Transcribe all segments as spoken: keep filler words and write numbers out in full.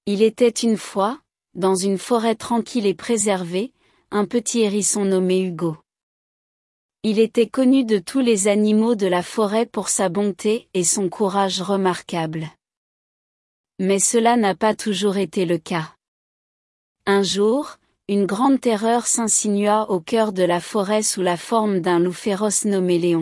Il était une fois, dans une forêt tranquille et préservée, un petit hérisson nommé Hugo. Il était connu de tous les animaux de la forêt pour sa bonté et son courage remarquable. Mais cela n'a pas toujours été le cas. Un jour, une grande terreur s'insinua au cœur de la forêt sous la forme d'un loup féroce nommé Léon.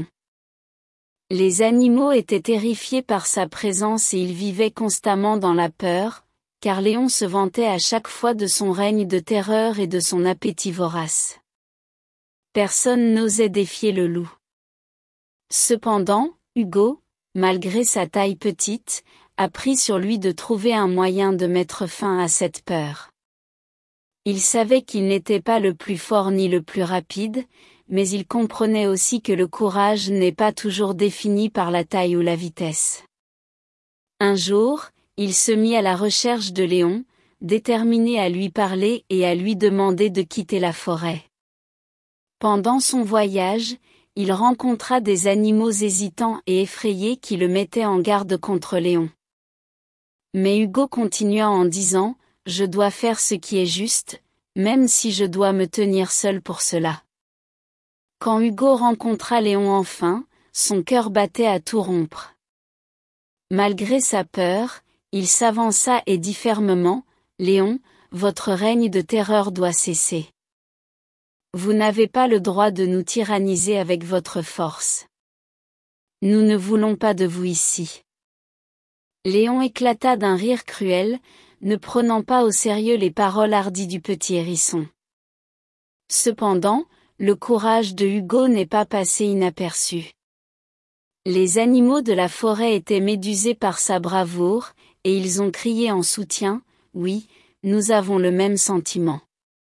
Les animaux étaient terrifiés par sa présence et ils vivaient constamment dans la peur, car Léon se vantait à chaque fois de son règne de terreur et de son appétit vorace. Personne n'osait défier le loup. Cependant, Hugo, malgré sa taille petite, a pris sur lui de trouver un moyen de mettre fin à cette peur. Il savait qu'il n'était pas le plus fort ni le plus rapide, mais il comprenait aussi que le courage n'est pas toujours défini par la taille ou la vitesse. Un jour, il se mit à la recherche de Léon, déterminé à lui parler et à lui demander de quitter la forêt. Pendant son voyage, il rencontra des animaux hésitants et effrayés qui le mettaient en garde contre Léon. Mais Hugo continua en disant « Je dois faire ce qui est juste, même si je dois me tenir seul pour cela. » Quand Hugo rencontra Léon enfin, son cœur battait à tout rompre. Malgré sa peur, il s'avança et dit fermement « Léon, votre règne de terreur doit cesser. Vous n'avez pas le droit de nous tyranniser avec votre force. Nous ne voulons pas de vous ici. » Léon éclata d'un rire cruel, ne prenant pas au sérieux les paroles hardies du petit hérisson. Cependant, le courage de Hugo n'est pas passé inaperçu. Les animaux de la forêt étaient médusés par sa bravoure, et ils ont crié en soutien « Oui, nous avons le même sentiment.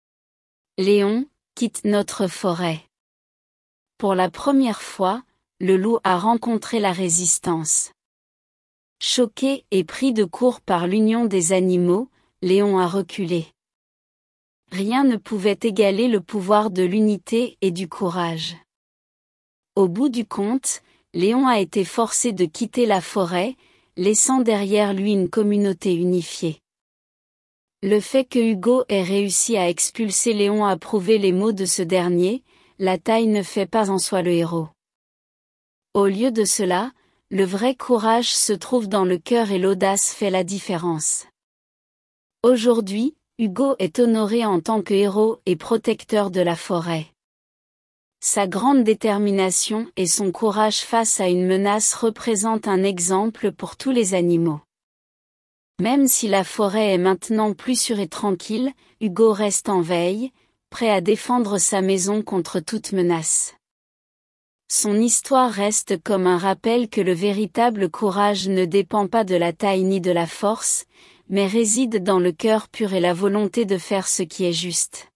Léon, quitte notre forêt. » Pour la première fois, le loup a rencontré la résistance. Choqué et pris de court par l'union des animaux, Léon a reculé. Rien ne pouvait égaler le pouvoir de l'unité et du courage. Au bout du compte, Léon a été forcé de quitter la forêt, laissant derrière lui une communauté unifiée. Le fait que Hugo ait réussi à expulser Léon a prouvé les mots de ce dernier, la taille ne fait pas en soi le héros. Au lieu de cela, le vrai courage se trouve dans le cœur et l'audace fait la différence. Aujourd'hui, Hugo est honoré en tant que héros et protecteur de la forêt. Sa grande détermination et son courage face à une menace représentent un exemple pour tous les animaux. Même si la forêt est maintenant plus sûre et tranquille, Hugo reste en veille, prêt à défendre sa maison contre toute menace. Son histoire reste comme un rappel que le véritable courage ne dépend pas de la taille ni de la force, mais réside dans le cœur pur et la volonté de faire ce qui est juste.